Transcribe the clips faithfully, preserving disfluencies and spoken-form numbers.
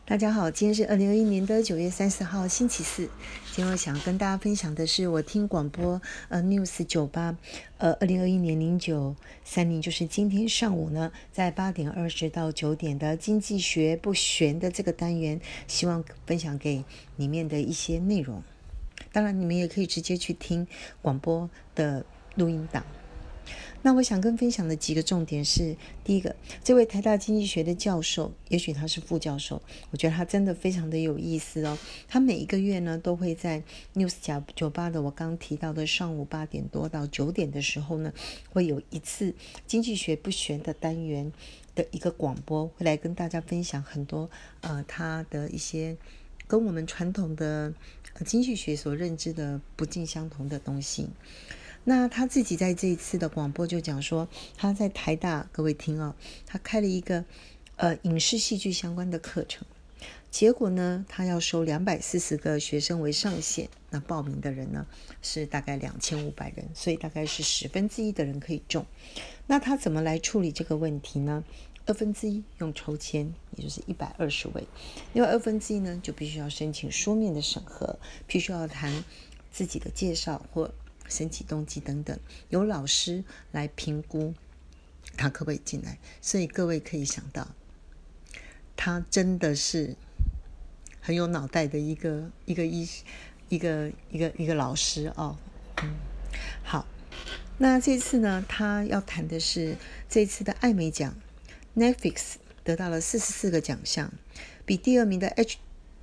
大家好，今天是二零二一年的九月三十号，星期四。今天我想跟大家分享的是，我听广播呃 News 九八，呃二零二一年零九三零，就是今天上午呢，在八点二十到九点的经济学不悬的这个单元，希望分享给里面的一些内容。当然，你们也可以直接去听广播的录音档。那我想跟分享的几个重点是，第一个，这位台大经济学的教授，也许他是副教授，我觉得他真的非常的有意思哦。他每一个月呢，都会在 News 九八的我刚提到的上午八点多到九点的时候呢，会有一次经济学不悬的单元的一个广播，会来跟大家分享很多呃他的一些跟我们传统的、呃、经济学所认知的不尽相同的东西。那他自己在这一次的广播就讲说，他在台大，各位听哦，他开了一个呃影视戏剧相关的课程，结果呢，他要收两百四十个学生为上限，那报名的人呢是大概两千五百人，所以大概是十分之一的人可以中。那他怎么来处理这个问题呢？二分之一用抽签，也就是一百二十位，另外二分之一呢就必须要申请书面的审核，必须要谈自己的介绍或申请动机等等，由老师来评估他可不可以进来。所以各位可以想到，他真的是很有脑袋的一个一个一一个一个一个老师哦。嗯，好，那这次呢，他要谈的是这次的艾美奖 ，Netflix 得到了四十四个奖项，比第二名的 H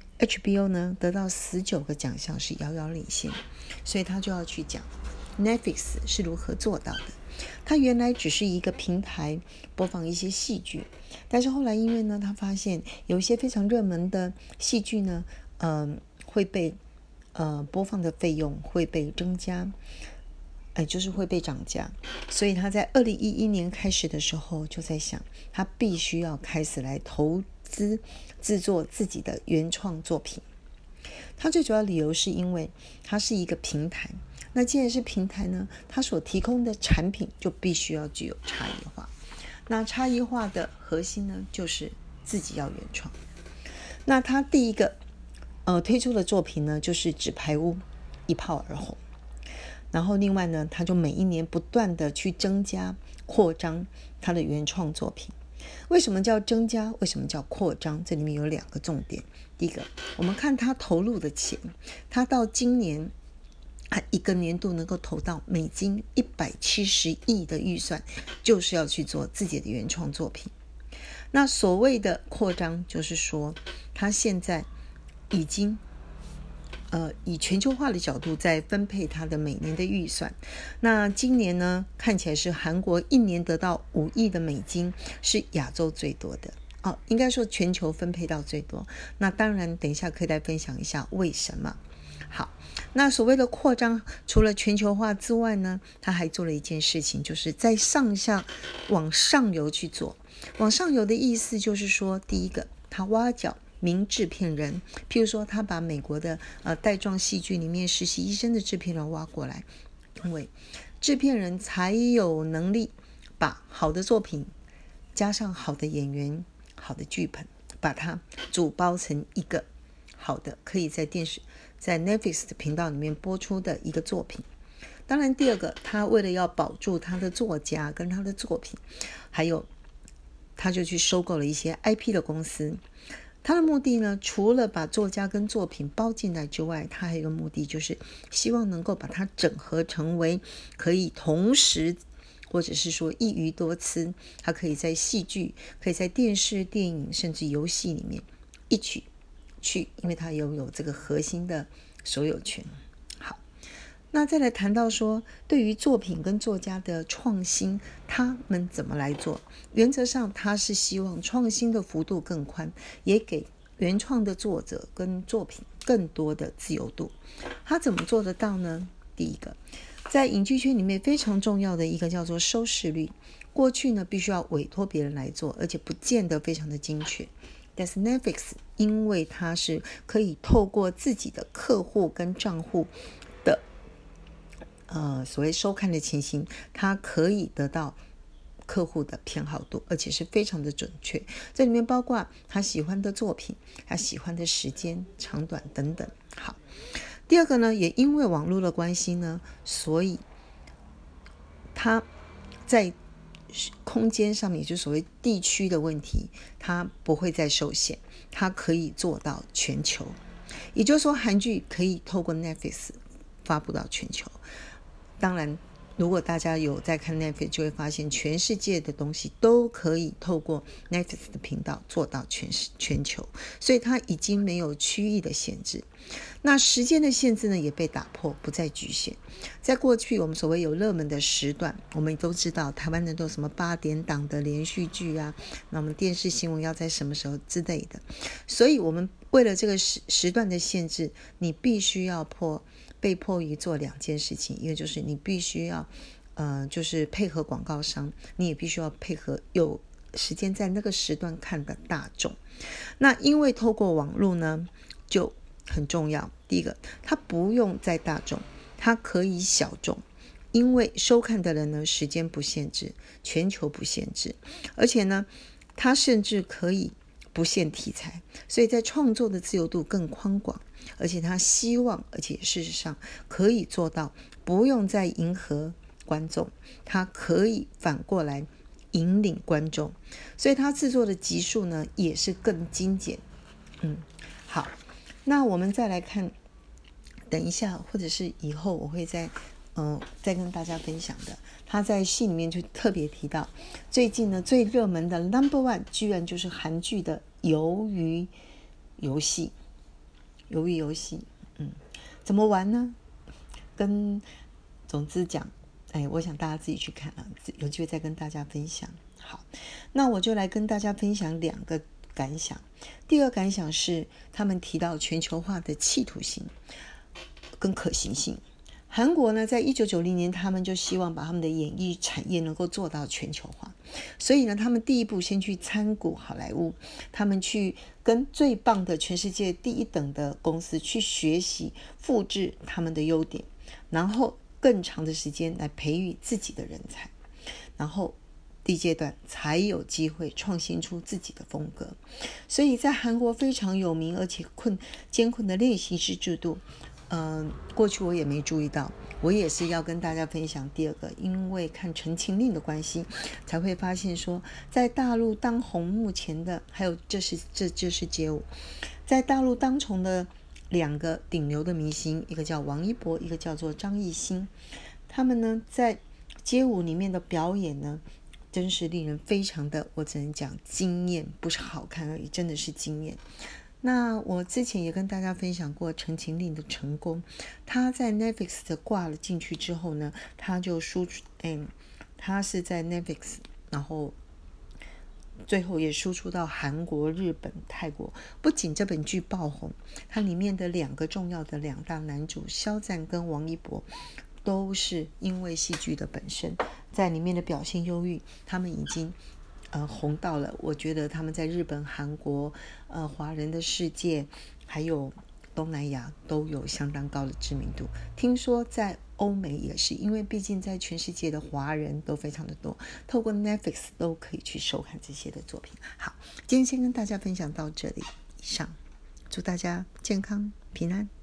H B O 呢得到十九个奖项，是遥遥领先，所以他就要去讲 Netflix 是如何做到的。他原来只是一个平台播放一些戏剧，但是后来因为呢，他发现有一些非常热门的戏剧呢，呃，会被呃播放的费用会被增加。哎，就是会被涨价，所以他在二零一一年开始的时候就在想，他必须要开始来投资制作自己的原创作品。他最主要理由是因为它是一个平台，那既然是平台呢，它所提供的产品就必须要具有差异化。那差异化的核心呢，就是自己要原创。那他第一个呃推出的作品呢，就是《纸牌屋》，一炮而红。然后另外呢，他就每一年不断的去增加扩张他的原创作品。为什么叫增加？为什么叫扩张？这里面有两个重点。第一个，我们看他投入的钱，他到今年他一个年度能够投到美金一百七十亿的预算，就是要去做自己的原创作品。那所谓的扩张，就是说他现在已经呃，以全球化的角度在分配它的每年的预算。那今年呢，看起来是韩国一年得到五亿的美金，是亚洲最多的哦，应该说全球分配到最多。那当然，等一下可以来分享一下为什么。好，那所谓的扩张，除了全球化之外呢，他还做了一件事情，就是在上下往上游去做。往上游的意思就是说，第一个，他挖角名制片人，譬如说他把美国的呃带状戏剧里面实习医生的制片人挖过来，因为制片人才有能力把好的作品加上好的演员、好的剧本，把它组包成一个好的可以在电视在 Netflix 的频道里面播出的一个作品。当然第二个，他为了要保住他的作家跟他的作品，还有他就去收购了一些 I P 的公司。他的目的呢，除了把作家跟作品包进来之外，他还有一个目的，就是希望能够把它整合成为可以同时或者是说一鱼多吃，它可以在戏剧、可以在电视、电影甚至游戏里面一起去，因为它拥有这个核心的所有权。好，那再来谈到说，对于作品跟作家的创新，他们怎么来做？原则上，他是希望创新的幅度更宽，也给原创的作者跟作品更多的自由度。他怎么做得到呢？第一个，在影剧圈里面非常重要的一个叫做收视率。过去呢，必须要委托别人来做，而且不见得非常的精确。但是 Netflix 因为它是可以透过自己的客户跟账户的呃所谓收看的情形，它可以得到客户的偏好度，而且是非常的准确。这里面包括他喜欢的作品，他喜欢的时间长短等等。好，第二个呢，也因为网络的关系呢，所以他在空间上面，也就是所谓地区的问题，它不会再受限，它可以做到全球。也就是说，韩剧可以透过 Netflix 发布到全球。当然，如果大家有在看 Netflix， 就会发现全世界的东西都可以透过 Netflix 的频道做到 全, 全球，所以它已经没有区域的限制。那时间的限制呢，也被打破，不再局限。在过去我们所谓有热门的时段，我们都知道台湾人都有什么八点档的连续剧啊，那我们电视新闻要在什么时候之类的，所以我们为了这个 时, 时段的限制，你必须要破被迫于做两件事情，一个就是你必须要呃，就是配合广告商，你也必须要配合有时间在那个时段看的大众。那因为透过网络呢就很重要，第一个它不用在大众，它可以小众，因为收看的人呢时间不限制，全球不限制，而且呢它甚至可以不限题材，所以在创作的自由度更宽广，而且他希望，而且事实上可以做到不用再迎合观众，他可以反过来引领观众，所以他制作的集数呢也是更精简。嗯，好，那我们再来看，等一下或者是以后我会再呃再跟大家分享的。他在戏里面就特别提到，最近呢最热门的 number one 居然就是韩剧的鱿鱼游戏。鱿鱼游戏，嗯，怎么玩呢？跟总之讲，哎，我想大家自己去看了，有机会再跟大家分享。好，那我就来跟大家分享两个感想。第二个感想是，他们提到全球化的企图心跟可行性。韩国呢，在一九九零年，他们就希望把他们的演艺产业能够做到全球化，所以呢，他们第一步先去参股好莱坞，他们去跟最棒的全世界第一等的公司去学习，复制他们的优点，然后更长的时间来培育自己的人才，然后第一阶段才有机会创新出自己的风格。所以在韩国非常有名而且困艰困的练习制制度。嗯，过去我也没注意到，我也是要跟大家分享第二个，因为看《陈情令》的关系，才会发现说，在大陆当红目前的，还有这是这就是街舞，在大陆当红的两个顶流的明星，一个叫王一博，一个叫做张艺兴，他们呢在街舞里面的表演呢，真是令人非常的，我只能讲惊艳，不是好看而已，真的是惊艳。那我之前也跟大家分享过《陈情令》的成功，他在 Netflix 的挂了进去之后呢，他就输出，嗯，他是在 Netflix， 然后最后也输出到韩国、日本、泰国。不仅这本剧爆红，它里面的两个重要的两大男主肖战跟王一博，都是因为戏剧的本身在里面的表现优异，他们已经呃，红到了，我觉得他们在日本、韩国、呃，华人的世界，还有东南亚都有相当高的知名度。听说在欧美也是，因为毕竟在全世界的华人都非常的多，透过 Netflix 都可以去收看这些的作品。好，今天先跟大家分享到这里，以上，祝大家健康平安。